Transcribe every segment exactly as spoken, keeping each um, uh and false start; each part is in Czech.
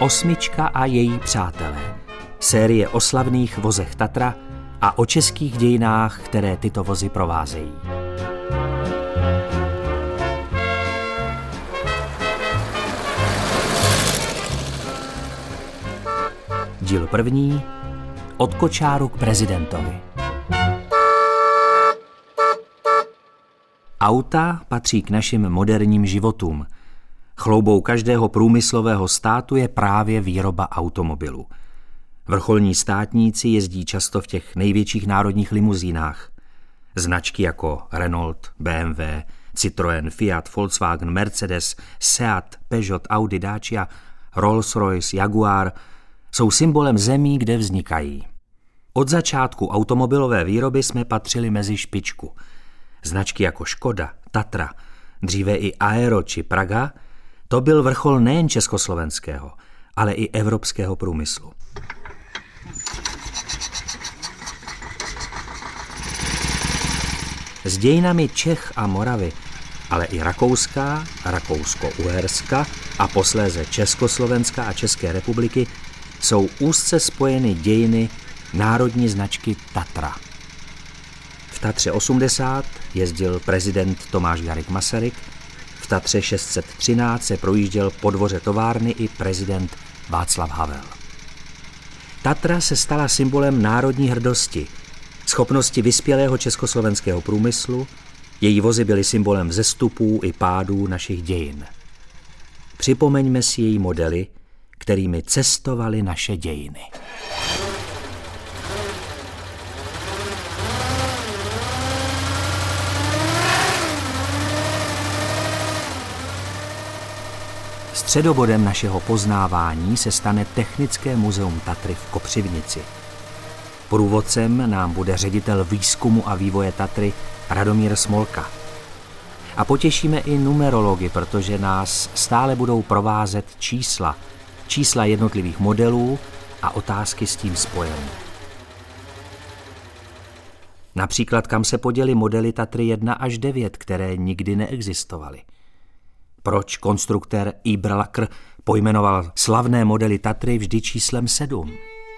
Osmička a její přátelé. Série o slavných vozech Tatra a o českých dějinách, které tyto vozy provázejí. Díl první. Od kočáru k prezidentovi. Auta patří k našim moderním životům. Chloubou každého průmyslového státu je právě výroba automobilů. Vrcholní státníci jezdí často v těch největších národních limuzínách. Značky jako Renault, bé em vé, Citroën, Fiat, Volkswagen, Mercedes, Seat, Peugeot, Audi, Dacia, Rolls-Royce, Jaguar jsou symbolem zemí, kde vznikají. Od začátku automobilové výroby jsme patřili mezi špičku. Značky jako Škoda, Tatra, dříve i Aero či Praga, to byl vrchol nejen československého, ale i evropského průmyslu. S dějinami Čech a Moravy, ale i Rakouska, Rakousko-Uherska a posléze Československa a České republiky jsou úzce spojeny dějiny národní značky Tatra. V Tatře osmdesát jezdil prezident Tomáš Garrigue Masaryk, v Tatře šest set třináct se projížděl po dvoře továrny i prezident Václav Havel. Tatra se stala symbolem národní hrdosti, schopnosti vyspělého československého průmyslu, její vozy byly symbolem vzestupů i pádů našich dějin. Připomeňme si její modely, kterými cestovaly naše dějiny. Středobodem našeho poznávání se stane Technické muzeum Tatry v Kopřivnici. Průvodcem nám bude ředitel výzkumu a vývoje Tatry Radomír Smolka. A potěšíme i numerology, protože nás stále budou provázet čísla, čísla jednotlivých modelů a otázky s tím spojené. Například kam se poděly modely Tatry jedna až devět, které nikdy neexistovaly. Proč konstruktér Iberlacher pojmenoval slavné modely Tatry vždy číslem sedm?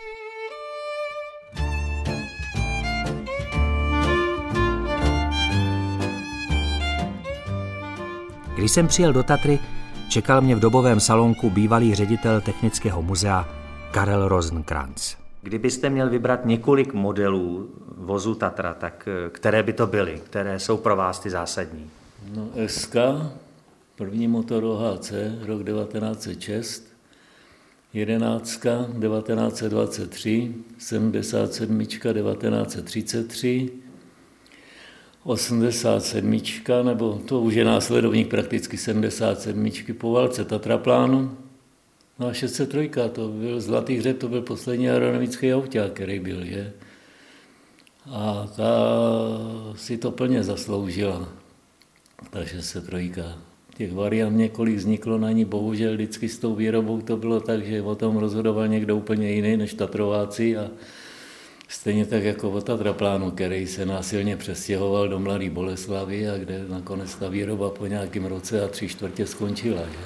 Když jsem přijel do Tatry, čekal mě v dobovém salonku bývalý ředitel Technického muzea Karel Rosenkrantz. Kdybyste měl vybrat několik modelů vozu Tatra, tak které by to byly? Které jsou pro vás ty zásadní? No S K, první motor O H C, rok devatenáct set šest, jedenáctka devatenáct set dvacet tři, sedmdesát sedm devatenáct set třicet tři, osmdesát sedm, nebo to už je následovník prakticky sedmdesát sedm po válce Tatraplánu. No a šest set tři, to byl Zlatý hřeb, to byl poslední aerodynamický auták, který byl, že? A ta si to plně zasloužila, ta šest set tři. Těch variant několik vzniklo na ní, bohužel vždycky s tou výrobou to bylo tak, že o tom rozhodoval někdo úplně jiný než Tatrováci a stejně tak jako o Tatraplánu, který se násilně přestěhoval do Mladé Boleslavi a kde nakonec ta výroba po nějakém roce a tři čtvrtě skončila. Že?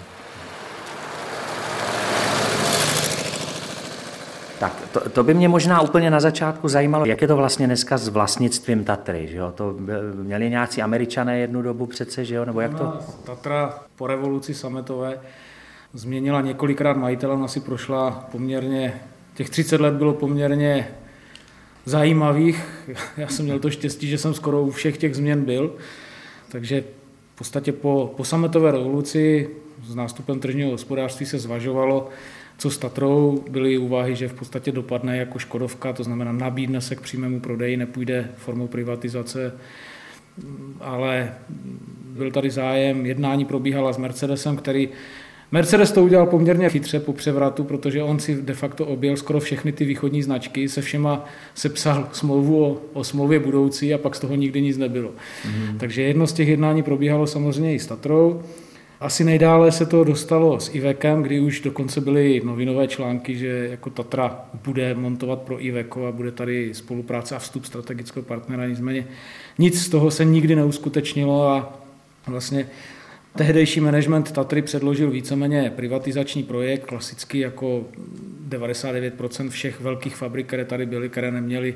Tak to, to by mě možná úplně na začátku zajímalo, jak je to vlastně dneska s vlastnictvím Tatry, že jo? To měli nějací Američané jednu dobu přece, že jo? Nebo jak to? Tatra po revoluci sametové změnila několikrát majitele, ona si prošla poměrně, těch třicet let bylo poměrně zajímavých. Já jsem měl to štěstí, že jsem skoro u všech těch změn byl, takže v podstatě po, po sametové revoluci s nástupem tržního hospodářství se zvažovalo, co s Tatrou. Byly úvahy, že v podstatě dopadne jako Škodovka, to znamená nabídne se k přímému prodeji, nepůjde formou privatizace, ale byl tady zájem, jednání probíhala s Mercedesem, který Mercedes to udělal poměrně chytře po převratu, protože on si de facto objel skoro všechny ty východní značky, se všema sepsal smlouvu o, o smlouvě budoucí a pak z toho nikdy nic nebylo. Mm. Takže jedno z těch jednání probíhalo samozřejmě i s Tatrou. Asi nejdále se to dostalo s Ivekem, kdy už dokonce byly novinové články, že jako Tatra bude montovat pro Iveco a bude tady spolupráce a vstup strategického partnera. Nicméně nic z toho se nikdy neuskutečnilo a vlastně Tehdejší management Tatry předložil víceméně privatizační projekt, klasický jako devadesát devět procent všech velkých fabrik, které tady byly, které neměly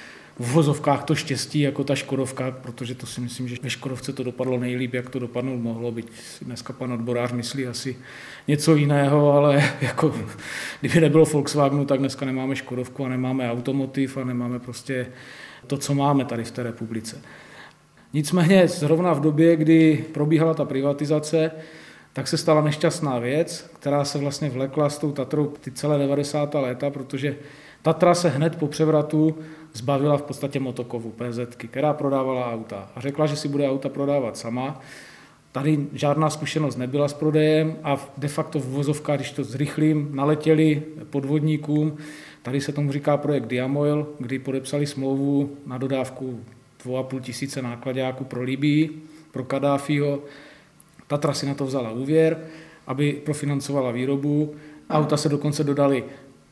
v vozovkách to štěstí jako ta Škodovka, protože to si myslím, že ve Škodovce to dopadlo nejlíp, jak to dopadnout mohlo, byť dneska pan odborář myslí asi něco jiného, ale jako kdyby nebylo Volkswagenu, tak dneska nemáme Škodovku a nemáme automotiv a nemáme prostě to, co máme tady v té republice. Nicméně zrovna v době, kdy probíhala ta privatizace, tak se stala nešťastná věc, která se vlastně vlekla s tou Tatrou ty celé devadesátá léta, protože Tatra se hned po převratu zbavila v podstatě motokovu P Z, která prodávala auta a řekla, že si bude auta prodávat sama. Tady žádná zkušenost nebyla s prodejem a de facto v vozovkách, když to zrychlím, naletěli podvodníkům. Tady se tomu říká projekt Diamoil, kdy podepsali smlouvu na dodávku dvou a půl tisíce nákladáků pro Libyi, pro Kadáfího. Tatra si na to vzala úvěr, aby profinancovala výrobu. Auta se dokonce dodaly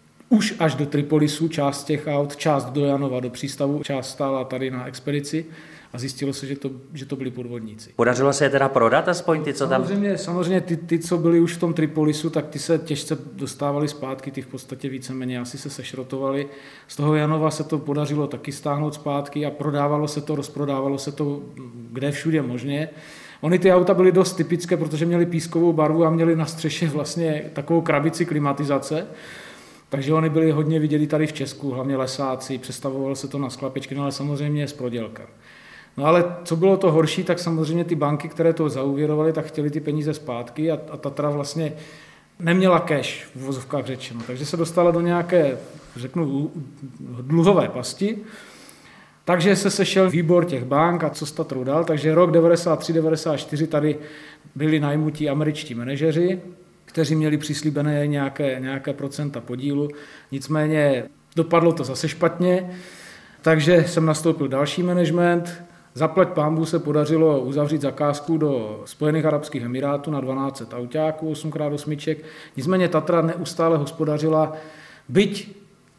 už až do Tripolisu, část těch aut, část do Janova, do přístavu, část stála tady na expedici a zjistilo se, že to, že to byli podvodníci. Podařilo se je teda prodat aspoň ty, co tam... Samozřejmě, samozřejmě ty, ty, co byli už v tom Tripolisu, tak ty se těžce dostávali zpátky, ty v podstatě víceméně asi se sešrotovali. Z toho Janova se to podařilo taky stáhnout zpátky a prodávalo se to, rozprodávalo se to kde všude možně. Ony ty auta byly dost typické, protože měly pískovou barvu a měly na střeše vlastně takovou krabici klimatizace. Takže oni byli hodně viděli tady v Česku, hlavně lesáci, představovalo se to na sklapečky, no ale samozřejmě z prodělka. No ale co bylo to horší, tak samozřejmě ty banky, které to zaúvěrovaly, tak chtěli ty peníze zpátky a, a Tatra vlastně neměla cash, v uvozovkách řečeno. Takže se dostala do nějaké, řeknu, dluhové pasti. Takže se sešel výbor těch bank a co s Tatrou dal. Takže rok devadesát tři devadesát čtyři tady byli najmutí američtí manažeři, kteří měli přislíbené nějaké, nějaké procenta podílu. Nicméně dopadlo to zase špatně, takže jsem nastoupil další management. Zaplať pánbůh se podařilo uzavřít zakázku do Spojených arabských emirátů na dvanáct set autáků, osm krát osm. Nicméně Tatra neustále hospodařila, byť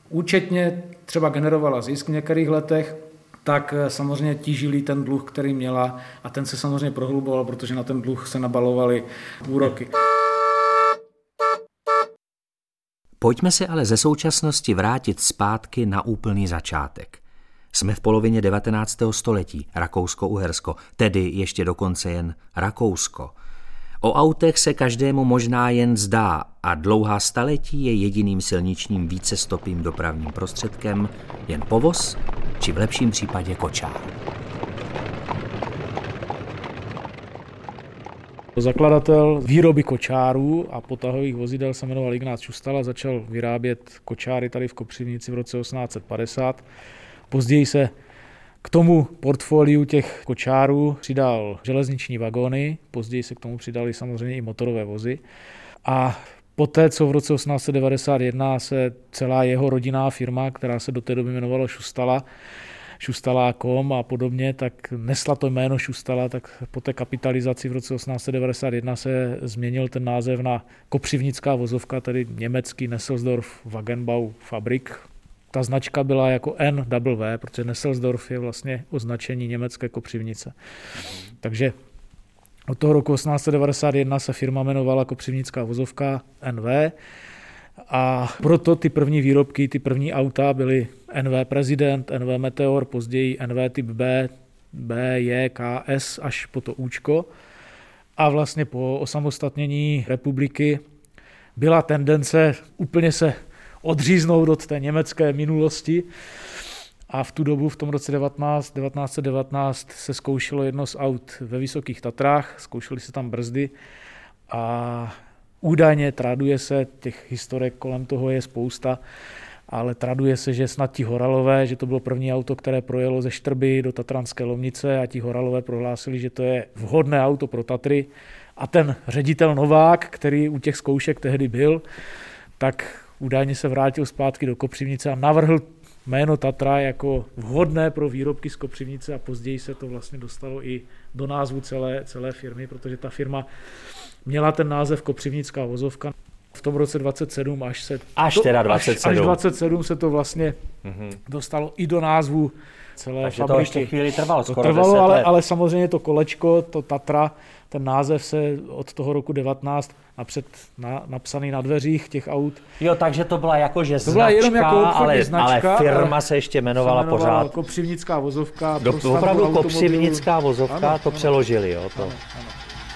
účetně třeba generovala zisk v některých letech, tak samozřejmě tížili ten dluh, který měla a ten se samozřejmě prohluboval, protože na ten dluh se nabalovaly úroky. Pojďme se ale ze současnosti vrátit zpátky na úplný začátek. Jsme v polovině devatenáctého století, Rakousko-Uhersko, tedy ještě dokonce jen Rakousko. O autech se každému možná jen zdá a dlouhá staletí je jediným silničním vícestopým dopravním prostředkem jen povoz, či v lepším případě kočár. Zakladatel výroby kočárů a potahových vozidel se jmenoval Ignác Šustala, začal vyrábět kočáry tady v Kopřivnici v roce osmnáct set padesát. Později se k tomu portfoliu těch kočárů přidal železniční vagóny, později se k tomu přidali samozřejmě i motorové vozy. A poté, co v roce osmnáct set devadesát jedna se celá jeho rodinná firma, která se do té doby jmenovala Šustala, Šustala tečka com a podobně, tak nesla to jméno Šustala, tak po té kapitalizaci v roce osmnáct set devadesát jedna se změnil ten název na Kopřivnická vozovka, tedy německý Nesselsdorf Wagenbau Fabrik. Ta značka byla jako N W, protože Nesselsdorf je vlastně označení německé Kopřivnice. Takže od toho roku osmnáct set devadesát jedna se firma jmenovala Kopřivnická vozovka N V a proto ty první výrobky, ty první auta byly N V Prezident, N V Meteor, později N V typ B, B, J, K, S až po to Účko. A vlastně po osamostatnění republiky byla tendence úplně se odříznout od té německé minulosti a v tu dobu, v tom roce devatenáct set devatenáct se zkoušelo jedno z aut ve Vysokých Tatrách, zkoušely se tam brzdy a údajně traduje se, těch historek kolem toho je spousta, ale traduje se, že snad ti Horalové, že to bylo první auto, které projelo ze Štrby do Tatranské Lomnice a ti Horalové prohlásili, že to je vhodné auto pro Tatry a ten ředitel Novák, který u těch zkoušek tehdy byl, tak údajně se vrátil zpátky do Kopřivnice a navrhl jméno Tatra jako vhodné pro výrobky z Kopřivnice a později se to vlastně dostalo i do názvu celé, celé firmy, protože ta firma měla ten název Kopřivnická vozovka. V tom roce dvacet sedm až se... Až to, teda dvacet sedm. Až, až dvacet sedm se to vlastně mm-hmm. dostalo i do názvu celé Takže fabriky. to ještě chvíli trvalo, to skoro trvalo, deset ale, let. ale samozřejmě to kolečko, to Tatra, ten název se od toho roku devatenáct napřed na, napsaný na dveřích těch aut. Jo, takže to byla jako, že to byla značka, jenom jako ale, značka, ale firma se ještě jmenovala, se jmenovala pořád. Kopřivnická vozovka. Do, opravdu Kopřivnická vozovka, ano, to ano. přeložili, jo? To. Ano, ano.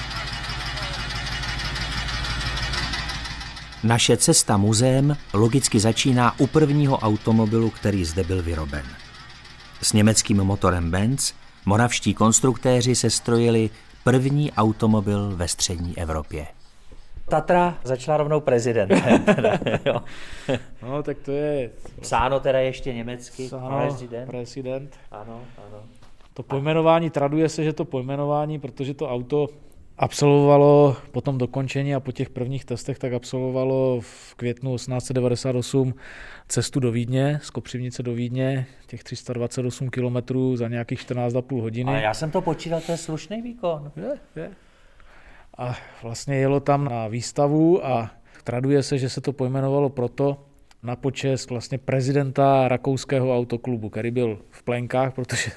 Naše cesta muzeem logicky začíná u prvního automobilu, který zde byl vyroben. S německým motorem Benz moravští konstruktéři sestrojili první automobil ve střední Evropě. Tatra začala rovnou prezidentem. Teda, jo. No, tak to je... Psáno teda ještě německy. Psáno, prezident. prezident. Ano, ano. To pojmenování, traduje se, že to pojmenování, protože to auto absolvovalo po tom dokončení a po těch prvních testech, tak absolvovalo v květnu osmnáct set devadesát osm cestu do Vídně, z Kopřivnice do Vídně, těch tři sta dvacet osm kilometrů za nějakých čtrnáct a půl hodiny. Ale já jsem to počítal, to je slušný výkon. Je, je. A vlastně jelo tam na výstavu a traduje se, že se to pojmenovalo proto, na počest vlastně prezidenta rakouského autoklubu, který byl v plenkách, protože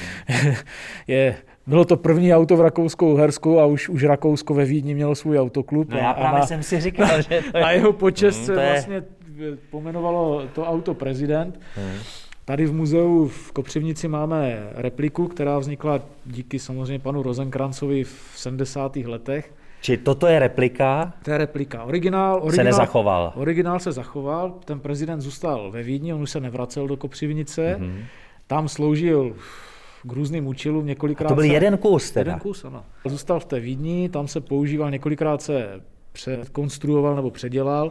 je, bylo to první auto v Rakousku-Uhersku a už, už Rakousko ve Vídni mělo svůj autoklub. No já právě a na, jsem si říkal, že to je... na jeho počest hmm, se je... vlastně pomenovalo to auto prezident. Hmm. Tady v muzeu v Kopřivnici máme repliku, která vznikla díky samozřejmě panu Rosenkranzovi v sedmdesátých letech. Či toto je replika? To je replika. Originál, originál se nezachoval. Originál se zachoval, ten prezident zůstal ve Vídni, on už se nevracel do Kopřivnice, mm-hmm. tam sloužil k různým účelům, několikrát... A to byl se, jeden kus teda? Jeden kus, ano. Zůstal v té Vídni, tam se používal, několikrát se překonstruoval nebo předělal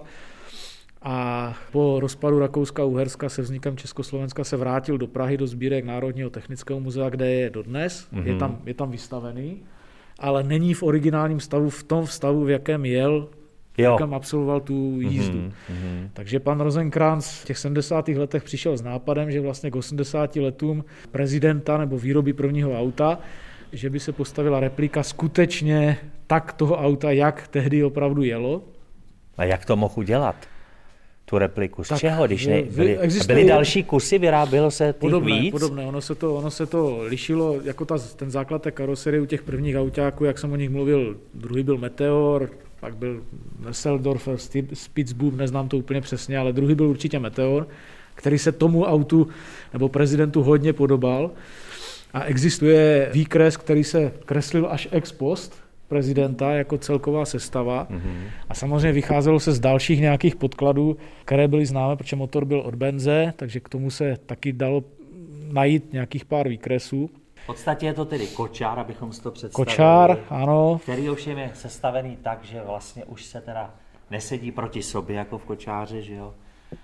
a po rozpadu Rakouska a Uherska se vznikem Československa se vrátil do Prahy do sbírek Národního technického muzea, kde je dodnes, mm-hmm. je tam, je tam vystavený, ale není v originálním stavu, v tom stavu, v jakém jel, v jakém absolvoval tu jízdu. Mm-hmm. Takže pan Rosenkranz v těch sedmdesátých letech přišel s nápadem, že vlastně k osmdesáti letům prezidenta nebo výroby prvního auta, že by se postavila replika skutečně tak toho auta, jak tehdy opravdu jelo. A jak to mohl udělat? Tu repliku. Z tak čeho? Když ne, byly, existuje, byly další kusy, vyrábělo se těch podobné, víc? Podobné, ono se to, ono se to lišilo, jako ta, ten základ té karoserie u těch prvních autáků, jak jsem o nich mluvil, druhý byl Meteor, pak byl Nesseldorfer, Spitzbub, neznám to úplně přesně, ale druhý byl určitě Meteor, který se tomu autu nebo prezidentu hodně podobal. A existuje výkres, který se kreslil až ex post prezidenta jako celková sestava. Mm-hmm. A samozřejmě vycházelo se z dalších nějakých podkladů, které byly známé, protože motor byl od Benze, takže k tomu se taky dalo najít nějakých pár výkresů. V podstatě je to tedy kočár, abychom si to představili. Kočár, ano. Který ovšem je sestavený tak, že vlastně už se teda nesedí proti sobě jako v kočáři, že jo?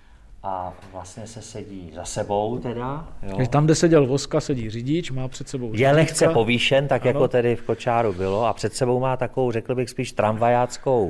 A vlastně se sedí za sebou teda. Jo? Tam, kde seděl Voska, sedí řidič, má před sebou řidička. Je lehce povýšen, tak ano. Jako tedy v kočáru bylo, a před sebou má takovou, řekl bych, spíš tramvajáckou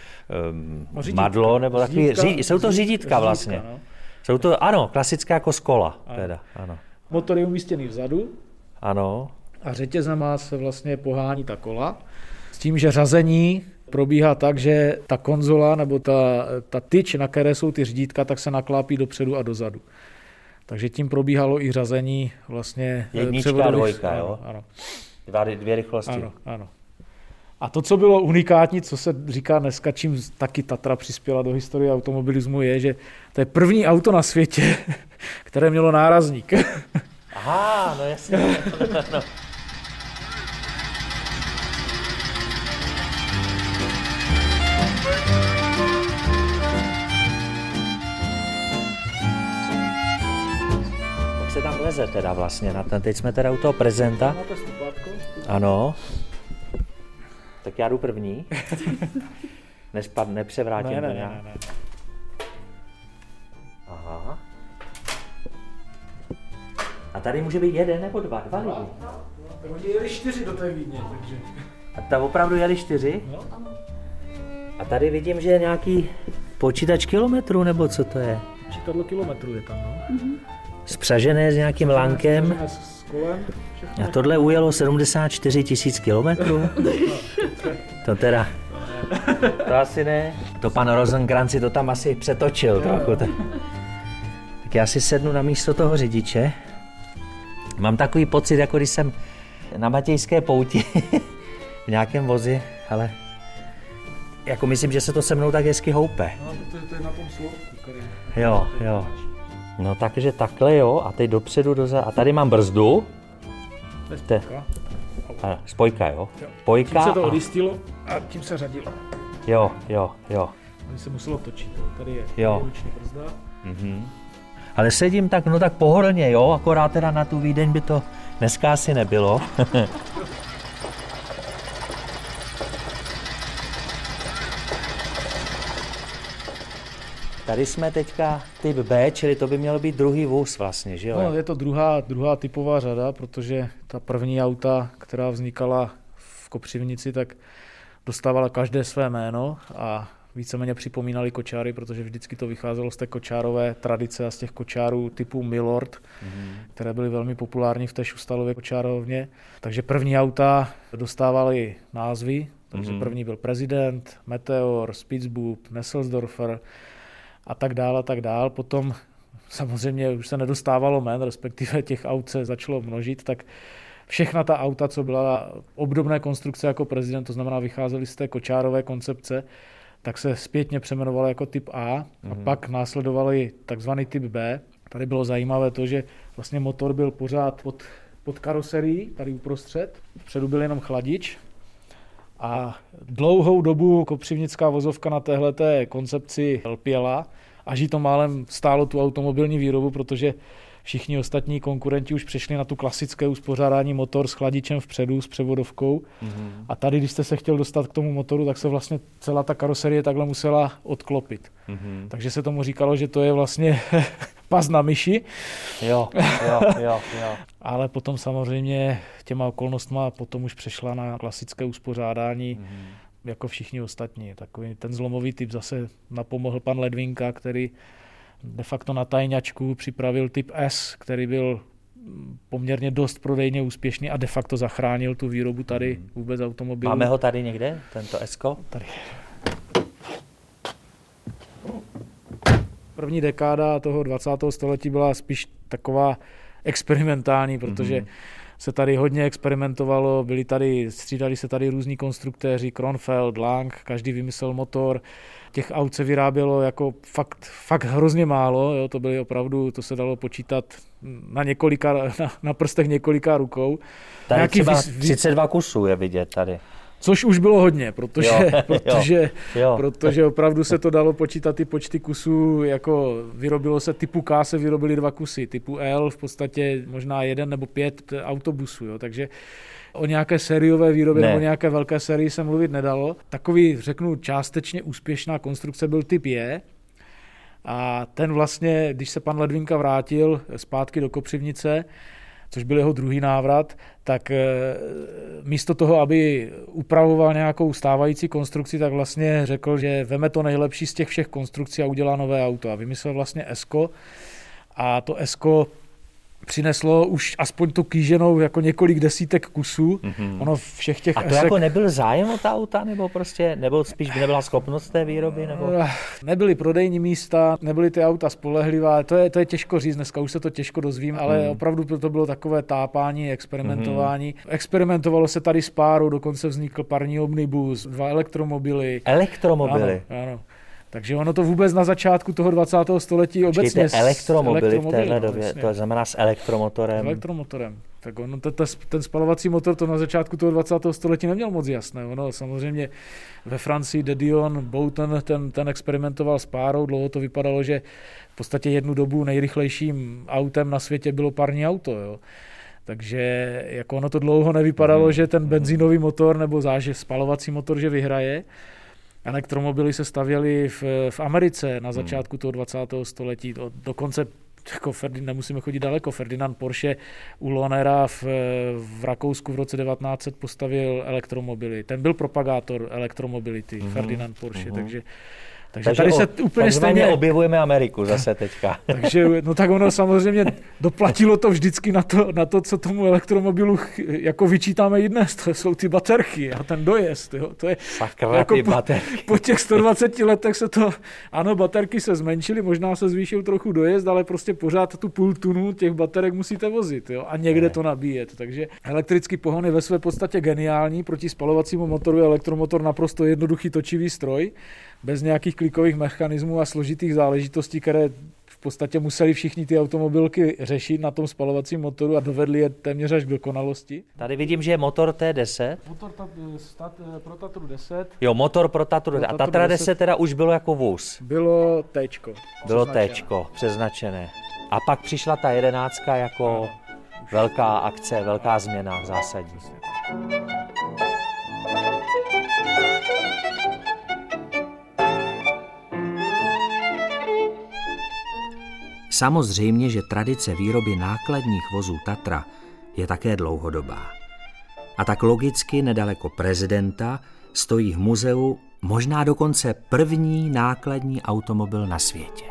um, no, madlo, nebo takový, řídítka, ři, jsou to řídítka vlastně. No. Jsou to, ano, klasická jako skola. Ano. Teda, ano. Motor je umístěný vzadu. Ano. A řetězema se vlastně pohání ta kola. S tím, že řazení probíhá tak, že ta konzola nebo ta, ta tyč, na které jsou ty řídítka, tak se naklápí dopředu a dozadu. Takže tím probíhalo i řazení vlastně jednička a dvojka, ano, jo? Ano. Dva, dvě rychlosti. Ano, ano. A to, co bylo unikátní, co se říká dneska, čím taky Tatra přispěla do historie automobilismu, je, že to je první auto na světě, které mělo nárazník. Aha, no jasně. No. Se tam leze teda vlastně na ten, teď jsme teda u toho prezenta. Máte stupátko? Ano. Tak já jdu první. Nespad, nepřevrátím ne, to ne, nějak. Ne, ne, ne. Aha. A tady může být jeden nebo dva, dva lidi. Tak oni jeli čtyři do té Vídně, takže... A tam opravdu jeli čtyři? No. A tady vidím, že je nějaký počítač kilometrů, nebo co to je? Čítadlo kilometrů je tam, no. Mm-hmm. Spřažené s nějakým lankem. S kolem, a tohle ujelo sedmdesát čtyři tisíc kilometrů? To teda... To asi ne. To pan Rosenkrantz si to tam asi přetočil trochu. Tak. tak já si sednu na místo toho řidiče. Mám takový pocit, jako když jsem na Matějské pouti v nějakém vozi, ale jako myslím, že se to se mnou tak hezky houpe. No, to, to je na tom slovku, Karim. Jo, jo. No takže takhle jo, a teď dopředu, dozadu. A tady mám brzdu. To je spojka. A, spojka, jo. jo. Spojka. Tím se to a... odjistilo a tím se řadilo. Jo, jo, jo. Tady se muselo točit, tady je jo. ruční brzda. Mhm. Ale sedím tak, no tak pohodlně, jo, akorát teda na tu Vídeň by to dneska asi nebylo. Tady jsme teďka typ B, čili to by mělo být druhý vůz vlastně, že jo? No, je to druhá, druhá typová řada, protože ta první auta, která vznikala v Kopřivnici, tak dostávala každé své jméno a víceméně připomínali kočáry, protože vždycky to vycházelo z té kočárové tradice a z těch kočárů typu Milord, mm-hmm. které byly velmi populární v té Šustalově kočárovně. Takže první auta dostávaly názvy, takže mm-hmm. první byl Prezident, Meteor, Spitzbub, Nesselsdorfer a tak dál a tak dál. Potom samozřejmě už se nedostávalo jmen, respektive těch aut se začalo množit, tak všechna ta auta, co byla obdobné konstrukce jako Prezident, to znamená vycházely z té kočárové koncepce, tak se zpětně přeměnovala jako typ A a mm-hmm. pak následovali takzvaný typ B. Tady bylo zajímavé to, že vlastně motor byl pořád pod, pod karoserií, tady uprostřed. Vpředu byl jenom chladič a dlouhou dobu kopřivnická vozovka na téhleté koncepci lpěla, až jí to málem stálo tu automobilní výrobu, protože všichni ostatní konkurenti už přešli na tu klasické uspořádání motor s chladičem vpředu, s převodovkou. Mm-hmm. A tady, když jste se chtěl dostat k tomu motoru, tak se vlastně celá ta karoserie takhle musela odklopit. Mm-hmm. Takže se tomu říkalo, že to je vlastně pas na myši. Jo, jo, jo, jo. Ale potom samozřejmě těma okolnostma potom už přešla na klasické uspořádání, mm-hmm. jako všichni ostatní. Takový ten zlomový typ zase napomohl pan Ledvinka, který de facto na tajňačku připravil typ S, který byl poměrně dost prodejně úspěšný a de facto zachránil tu výrobu tady vůbec automobilů. Máme ho tady někde, tento S-ko? Tady. První dekáda toho dvacátého století byla spíš taková experimentální, protože mm-hmm. se tady hodně experimentovalo, byli tady, střídali se tady různí konstruktéři, Kronfeld, Lang, každý vymyslel motor. Těch aut se vyrábělo jako fakt, fakt hrozně málo, jo, to byly opravdu, to se dalo počítat na několika, na, na prstech několika rukou. Tady Nějaký třeba vys... třicet dva kusů je vidět tady. Což už bylo hodně, protože, jo, protože, jo. protože opravdu se to dalo počítat ty počty kusů, jako vyrobilo se typu K, se vyrobili dva kusy, typu L v podstatě možná jeden nebo pět autobusů, jo, takže o nějaké sériové výrobě ne. nebo nějaké velké sérii se mluvit nedalo. Takový, řeknu, částečně úspěšná konstrukce byl typ J. A ten vlastně, když se pan Ledvinka vrátil zpátky do Kopřivnice, což byl jeho druhý návrat, tak místo toho, aby upravoval nějakou stávající konstrukci, tak vlastně řekl, že veme to nejlepší z těch všech konstrukcí a udělá nové auto. A vymyslel vlastně S-ko. A to S-ko přineslo už aspoň tu kýženou jako několik desítek kusů. Mm-hmm. Ono všech těch A to esek... jako nebyl zájem o ta auta, nebo prostě, nebo spíš by nebyla schopnost té výroby? Nebo... Nebyly prodejní místa, nebyly ty auta spolehlivá, to je, to je těžko říct, dneska už se to těžko dozvím, ale mm. opravdu to bylo takové tápání, experimentování. Mm-hmm. Experimentovalo se tady s párou, dokonce vznikl parní omnibus, dva elektromobily. Elektromobily? Ano, ano. Takže ono to vůbec na začátku toho dvacátého století obecně... Počkejte, elektromobily v téhle době, no, to znamená s elektromotorem. S elektromotorem. Tak ono, ten, ten spalovací motor to na začátku toho dvacátého století neměl moc jasné. Ono samozřejmě ve Francii De Dion, Boulton, ten, ten experimentoval s párou, dlouho to vypadalo, že v podstatě jednu dobu nejrychlejším autem na světě bylo parní auto, jo. Takže jako ono to dlouho nevypadalo, mm. že ten benzínový motor nebo záže spalovací motor, že vyhraje. Elektromobily se stavěly v, v Americe na začátku toho dvacátého století. Do, dokonce jako Ferdinand, nemusíme chodit daleko. Ferdinand Porsche u Lohnera v, v Rakousku v roce devatenáct set postavil elektromobily. Ten byl propagátor elektromobility, mm-hmm. Ferdinand Porsche. Mm-hmm. Takže Takže, takže tady se o, úplně stejně objevujeme Ameriku zase teďka. Takže no tak ono samozřejmě doplatilo to vždycky na to, na to, co tomu elektromobilu jako vyčítáme i dnes, to jsou ty baterky a ten dojezd. Jo. To je Sakra, jako ty po, baterky. Po těch sto dvaceti letech se to, ano, baterky se zmenšily, možná se zvýšil trochu dojezd, ale prostě pořád tu půl tunu těch baterek musíte vozit, jo, a někde to nabíjet. Takže elektrický pohon je ve své podstatě geniální, proti spalovacímu motoru je elektromotor naprosto jednoduchý točivý stroj, bez nějakých klikových mechanismů a složitých záležitostí, které v podstatě museli všichni ty automobilky řešit na tom spalovacím motoru a dovedli je téměř až k dokonalosti. Tady vidím, že je motor T deset. Motor ta, stat, pro Tatru deset. Jo, motor pro Tatru deset. A Tatra deset teda už bylo jako vůz. Bylo Téčko. Bylo Téčko, přeznačené. A pak přišla ta jedenáctka jako velká akce, velká změna zásadní. Samozřejmě, že tradice výroby nákladních vozů Tatra je také dlouhodobá. A tak logicky nedaleko prezidenta stojí v muzeu možná dokonce první nákladní automobil na světě.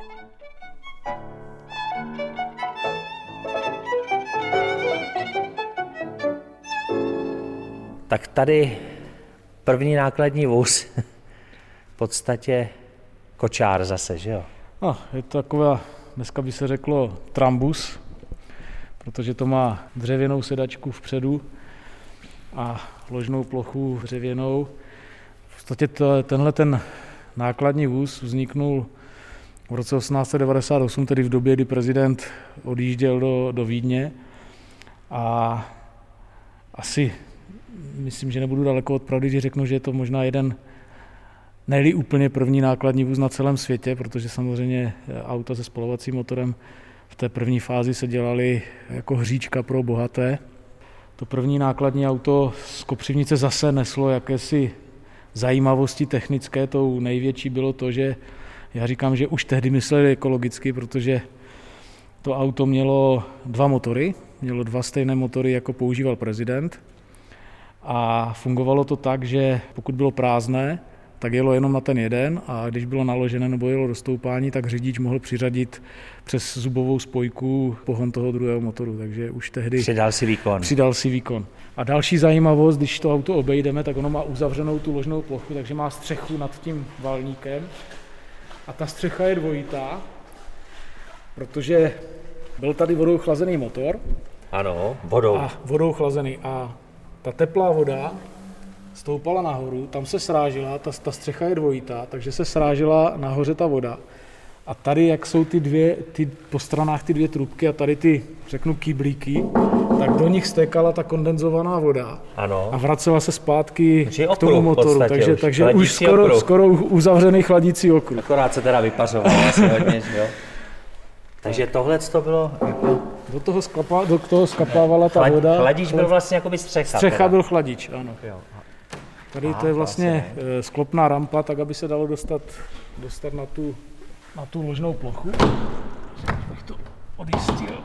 Tak tady první nákladní vůz, v podstatě kočár zase, že jo? No, je to taková, dneska by se řeklo trambus, protože to má dřevěnou sedačku vpředu a ložnou plochu dřevěnou. V podstatě to, tenhle ten nákladní vůz vzniknul v roce osmnáct set devadesát osm, tedy v době, kdy prezident odjížděl do, do Vídně. A asi myslím, že nebudu daleko od pravdy, když řeknu, že je to možná jeden, ne-li úplně první nákladní vůz na celém světě, protože samozřejmě auta se spalovacím motorem v té první fázi se dělaly jako hříčka pro bohaté. To první nákladní auto z Kopřivnice zase neslo jakési zajímavosti technické. Tou největší bylo to, že já říkám, že už tehdy mysleli ekologicky, protože to auto mělo dva motory, mělo dva stejné motory, jako používal prezident. A fungovalo to tak, že pokud bylo prázdné, tak jelo jenom na ten jeden a když bylo naložené nebo jelo do stoupání, tak řidič mohl přiřadit přes zubovou spojku pohon toho druhého motoru, takže už tehdy přidal si výkon. Přidal si výkon. A další zajímavost, když to auto obejdeme, tak ono má uzavřenou tu ložnou plochu, takže má střechu nad tím valníkem a ta střecha je dvojitá, protože byl tady vodou chlazený motor. Ano, vodou. A vodou chlazený a ta teplá voda stoupala nahoru, tam se srážila, ta, ta střecha je dvojitá, takže se srážila nahoře ta voda. A tady, jak jsou ty dvě, ty, po stranách ty dvě trubky a tady ty, řeknu, kyblíky, tak do nich stékala ta kondenzovaná voda. Ano. A vracela se zpátky k tomu motoru. Podstatě, takže už, takže už skoro, skoro uzavřený chladící okruh. Akorát se teda vypařovalo asi hodně, že jo? Takže tohle to bylo jako... Do toho, sklapa, do toho skapávala ta Chlad, voda. Chladič byl vlastně jako by střecha. Střecha teda. byl chladič, ano. Jo. Tady Aha, to je vlastně vlastně. sklopná rampa, tak aby se dalo dostat, dostat na tu, na tu ložnou plochu. Bych to odjistil.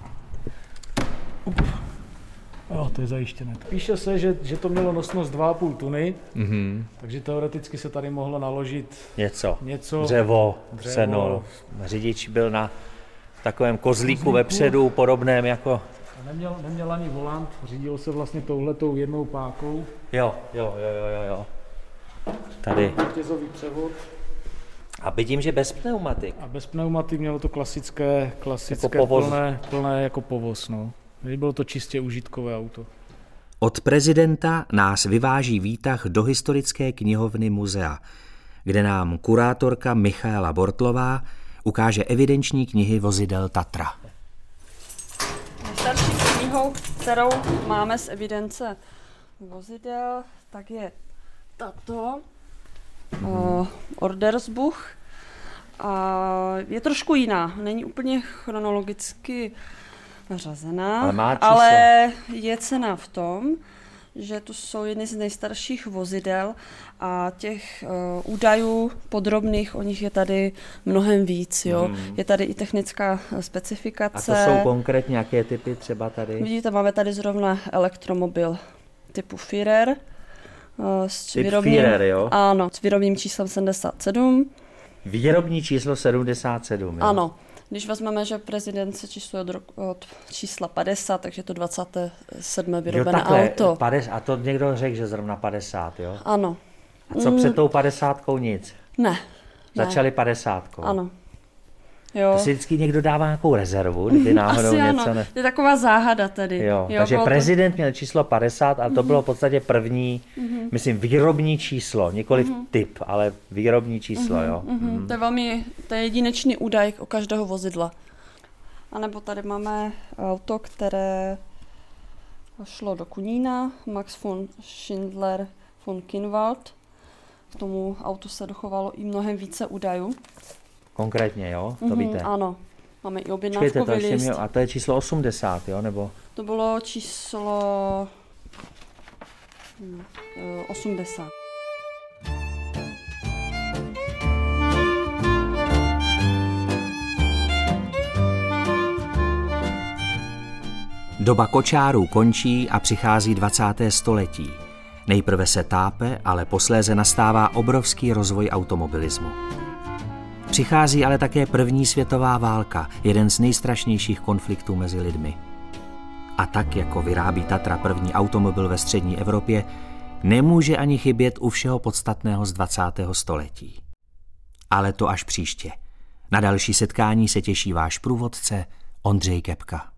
Up. Jo, to je zajištěné. Píše se, že, že to mělo nosnost dva a půl tuny, mm-hmm. takže teoreticky se tady mohlo naložit něco. něco dřevo, dřevo, seno. Řidič byl na takovém kozlíku, kozlíku vepředu, podobném jako... Neměl, neměl ani volant, řídil se vlastně touhletou jednou pákou. Jo, jo, jo, jo, jo. Tady. Řetězový převod. A vidím, že bez pneumatik. A bez pneumatik mělo to klasické, klasické jako plné, plné jako povoz. No. Bylo to čistě užitkové auto. Od prezidenta nás vyváží výtah do historické knihovny muzea, kde nám kurátorka Michaela Bortlová ukáže evidenční knihy vozidel Tatra. Nejstarší knihou, kterou máme z evidence vozidel, tak je tato, uh, Ordersbuch. A je trošku jiná, není úplně chronologicky řazená, ale, má ale je cenná v tom, že tu jsou jedny z nejstarších vozidel a těch uh, údajů podrobných o nich je tady mnohem víc. Jo. Hmm. Je tady i technická specifikace. A to jsou konkrétně nějaké typy třeba tady? Vidíte, máme tady zrovna elektromobil typu Führer. Uh, s Typ výrobním, Führer, jo? Ano, s výrobním číslem sedmdesát sedm. Výrobní číslo sedmdesát sedm. Jo? Ano. Když vezmeme, že prezident se čísluje od, od čísla padesát, takže to dvacáté sedmé vyrobené jo, takhle, auto. padesát, a to někdo řekl, že zrovna padesát, jo? Ano. A co před tou padesátkou nic? Ne. Začali ne. padesátkou. Ano. Jo. To si vždycky někdo dává nějakou rezervu, kdyby náhodou Asi něco... ano. Ne... To je taková záhada tedy. Jo, jo, takže prezident to... měl číslo padesát, ale to mm-hmm. bylo v podstatě první, mm-hmm. myslím, výrobní číslo, nikoli mm-hmm. typ, ale výrobní číslo, mm-hmm. jo. Mm-hmm. Mm-hmm. To je velmi, to je jedinečný údaj o každého vozidla. A nebo tady máme auto, které šlo do Kunína, Max von Schindler von Kinwald. K tomu autu se dochovalo i mnohem více údajů. Konkrétně, jo? To mm-hmm, víte. Ano. Máme i objednávkový list. Měl, a to je číslo osmdesát, jo? Nebo? To bylo číslo osmdesát. Doba kočárů končí a přichází dvacáté století. Nejprve se tápe, ale posléze nastává obrovský rozvoj automobilismu. Přichází ale také první světová válka, jeden z nejstrašnějších konfliktů mezi lidmi. A tak, jako vyrábí Tatra první automobil ve střední Evropě, nemůže ani chybět u všeho podstatného z dvacátého století. Ale to až příště. Na další setkání se těší váš průvodce Ondřej Kepka.